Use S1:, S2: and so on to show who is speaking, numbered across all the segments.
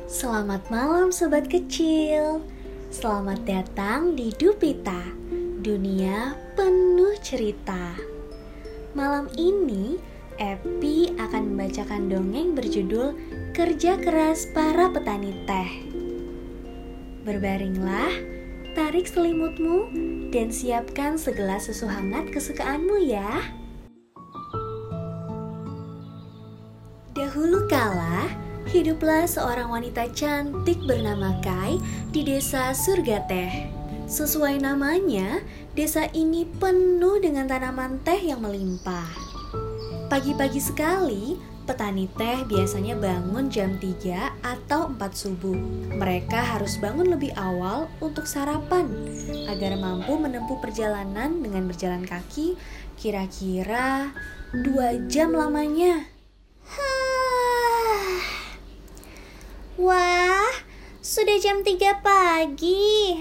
S1: Selamat malam sobat kecil. Selamat datang di Dupita, dunia penuh cerita. Malam ini Epi akan membacakan dongeng berjudul Kerja Keras Para Petani Teh. Berbaringlah, tarik selimutmu, dan siapkan segelas susu hangat kesukaanmu ya. Dahulu kala, hiduplah seorang wanita cantik bernama Kai di desa Surga Teh. Sesuai namanya, desa ini penuh dengan tanaman teh yang melimpah. Pagi-pagi sekali, petani teh biasanya bangun jam 3 atau 4 subuh. Mereka harus bangun lebih awal untuk sarapan agar mampu menempuh perjalanan dengan berjalan kaki kira-kira 2 jam lamanya.
S2: Wah, sudah jam 3 pagi.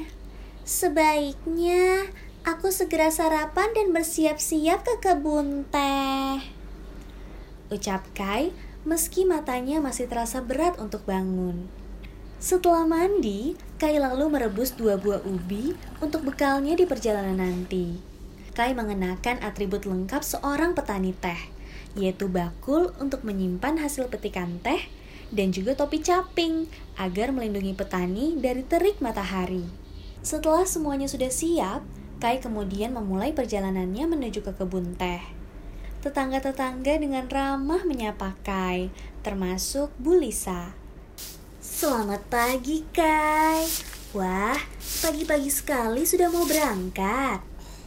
S2: Sebaiknya aku segera sarapan dan bersiap-siap ke kebun teh,
S1: ucap Kai meski matanya masih terasa berat untuk bangun. Setelah mandi, Kai lalu merebus 2 buah ubi untuk bekalnya di perjalanan nanti. Kai mengenakan atribut lengkap seorang petani teh, yaitu bakul untuk menyimpan hasil petikan teh dan juga topi caping agar melindungi petani dari terik matahari. Setelah semuanya sudah siap, Kai kemudian memulai perjalanannya menuju ke kebun teh. Tetangga-tetangga dengan ramah menyapa Kai, termasuk Bu Lisa. "Selamat pagi, Kai. Wah, pagi-pagi sekali sudah mau berangkat,"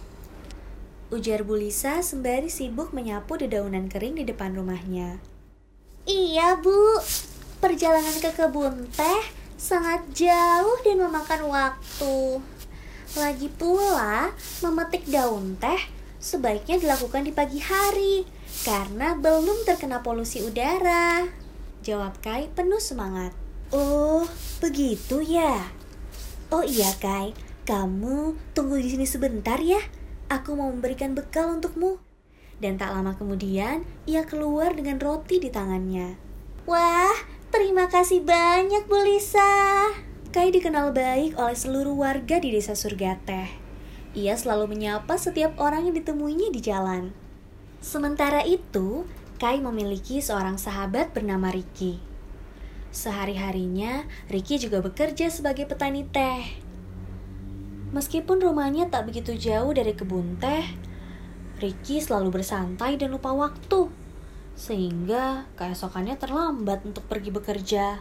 S1: ujar Bu Lisa sembari sibuk menyapu dedaunan kering di depan rumahnya.
S2: Iya Bu, perjalanan ke kebun teh sangat jauh dan memakan waktu. Lagi pula, memetik daun teh sebaiknya dilakukan di pagi hari karena belum terkena polusi udara,
S1: jawab Kai penuh semangat. "Oh, begitu ya. Oh iya Kai, kamu tunggu di sini sebentar ya. Aku mau memberikan bekal untukmu." Dan tak lama kemudian, ia keluar dengan roti di tangannya.
S2: Wah, terima kasih banyak Bu Lisa.
S1: Kai dikenal baik oleh seluruh warga di desa Surga Teh. Ia selalu menyapa setiap orang yang ditemuinya di jalan. Sementara itu, Kai memiliki seorang sahabat bernama Riki. Sehari-harinya, Riki juga bekerja sebagai petani teh. Meskipun rumahnya tak begitu jauh dari kebun teh, Riki selalu bersantai dan lupa waktu, sehingga keesokannya terlambat untuk pergi bekerja.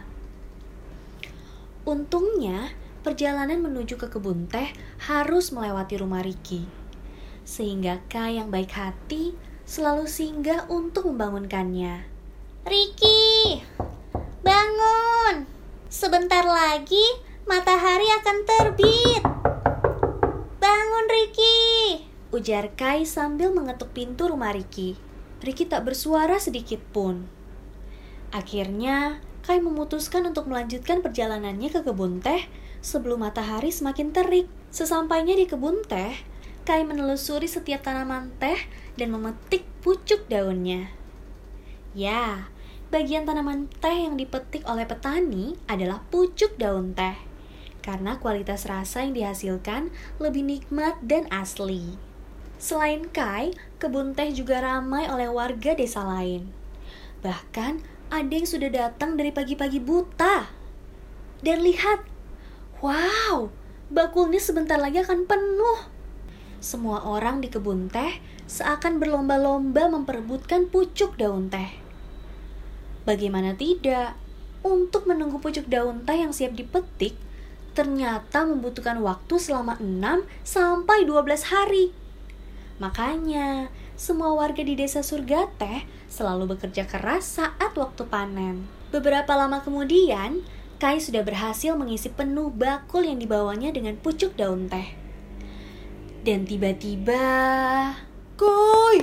S1: Untungnya, perjalanan menuju ke kebun teh harus melewati rumah Riki, sehingga Kai yang baik hati selalu singgah untuk membangunkannya.
S2: "Riki, bangun! Sebentar lagi matahari akan terbit. Bangun Riki!"
S1: ujar Kai sambil mengetuk pintu rumah Riki. Riki tak bersuara sedikit pun. Akhirnya, Kai memutuskan untuk melanjutkan perjalanannya ke kebun teh sebelum matahari semakin terik. Sesampainya di kebun teh, Kai menelusuri setiap tanaman teh dan memetik pucuk daunnya. Ya, bagian tanaman teh yang dipetik oleh petani adalah pucuk daun teh, karena kualitas rasa yang dihasilkan lebih nikmat dan asli. Selain Kai, kebun teh juga ramai oleh warga desa lain. Bahkan ada yang sudah datang dari pagi-pagi buta. Dan lihat, wow, bakulnya sebentar lagi akan penuh. Semua orang di kebun teh seakan berlomba-lomba memperebutkan pucuk daun teh. Bagaimana tidak, untuk menunggu pucuk daun teh yang siap dipetik, ternyata membutuhkan waktu selama 6 sampai 12 hari. Makanya, semua warga di desa Surga Teh selalu bekerja keras saat waktu panen. Beberapa lama kemudian, Kai sudah berhasil mengisi penuh bakul yang dibawanya dengan pucuk daun teh. Dan tiba-tiba, Kai!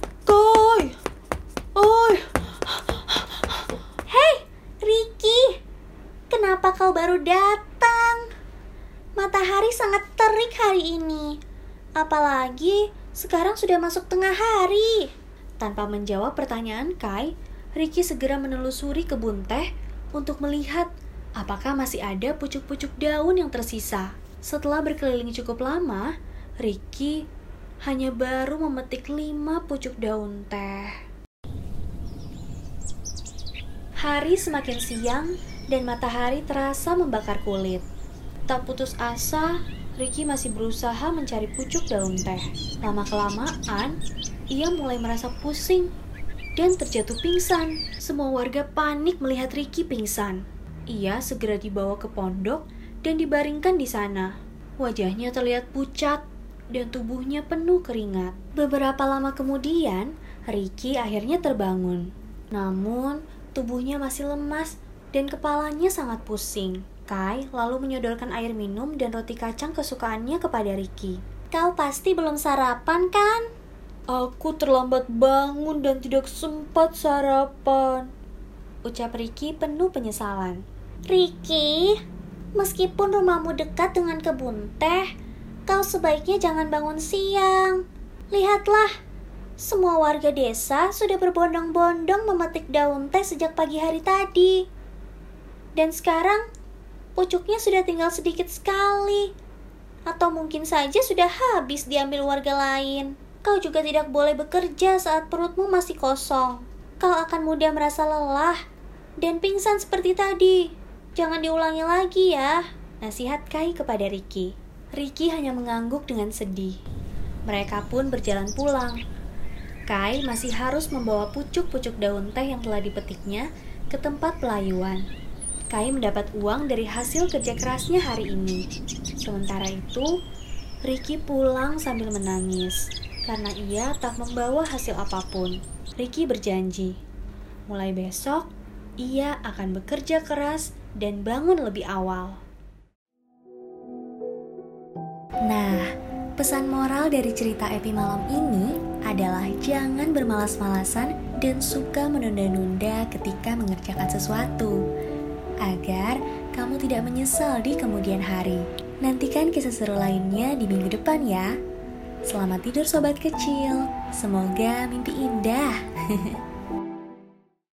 S1: Oi!
S2: Hei, Riki! Kenapa kau baru datang? Matahari sangat terik hari ini. Apalagi sekarang sudah masuk tengah hari.
S1: Tanpa menjawab pertanyaan Kai, Riki segera menelusuri kebun teh untuk melihat apakah masih ada pucuk-pucuk daun yang tersisa. Setelah berkeliling cukup lama, Ricky hanya baru memetik 5 pucuk daun teh. Hari semakin siang dan matahari terasa membakar kulit. Tak putus asa, Ricky masih berusaha mencari pucuk daun teh. Lama-kelamaan, ia mulai merasa pusing dan terjatuh pingsan. Semua warga panik melihat Ricky pingsan. Ia segera dibawa ke pondok dan dibaringkan di sana. Wajahnya terlihat pucat dan tubuhnya penuh keringat. Beberapa lama kemudian, Ricky akhirnya terbangun. Namun, tubuhnya masih lemas dan kepalanya sangat pusing. Kai lalu menyodorkan air minum dan roti kacang kesukaannya kepada Ricky.
S2: Kau pasti belum sarapan kan?
S1: Aku terlambat bangun dan tidak sempat sarapan, ucap Ricky penuh penyesalan.
S2: Ricky, meskipun rumahmu dekat dengan kebun teh, kau sebaiknya jangan bangun siang. Lihatlah, semua warga desa sudah berbondong-bondong memetik daun teh sejak pagi hari tadi. Dan sekarang, pucuknya sudah tinggal sedikit sekali. Atau mungkin saja sudah habis diambil warga lain. Kau juga tidak boleh bekerja saat perutmu masih kosong. Kau akan mudah merasa lelah dan pingsan seperti tadi. Jangan diulangi lagi ya, nasihat Kai kepada Ricky. Ricky hanya mengangguk dengan sedih. Mereka pun berjalan pulang. Kai masih harus membawa pucuk-pucuk daun teh yang telah dipetiknya ke tempat pelayuan. Kai mendapat uang dari hasil kerja kerasnya hari ini. Sementara itu, Ricky pulang sambil menangis karena ia tak membawa hasil apapun. Ricky berjanji, mulai besok ia akan bekerja keras dan bangun lebih awal. Nah, pesan moral dari cerita Epi malam ini adalah jangan bermalas-malasan dan suka menunda-nunda ketika mengerjakan sesuatu, agar kamu tidak menyesal di kemudian hari. Nantikan kisah seru lainnya di minggu depan ya. Selamat tidur sobat kecil. Semoga mimpi indah.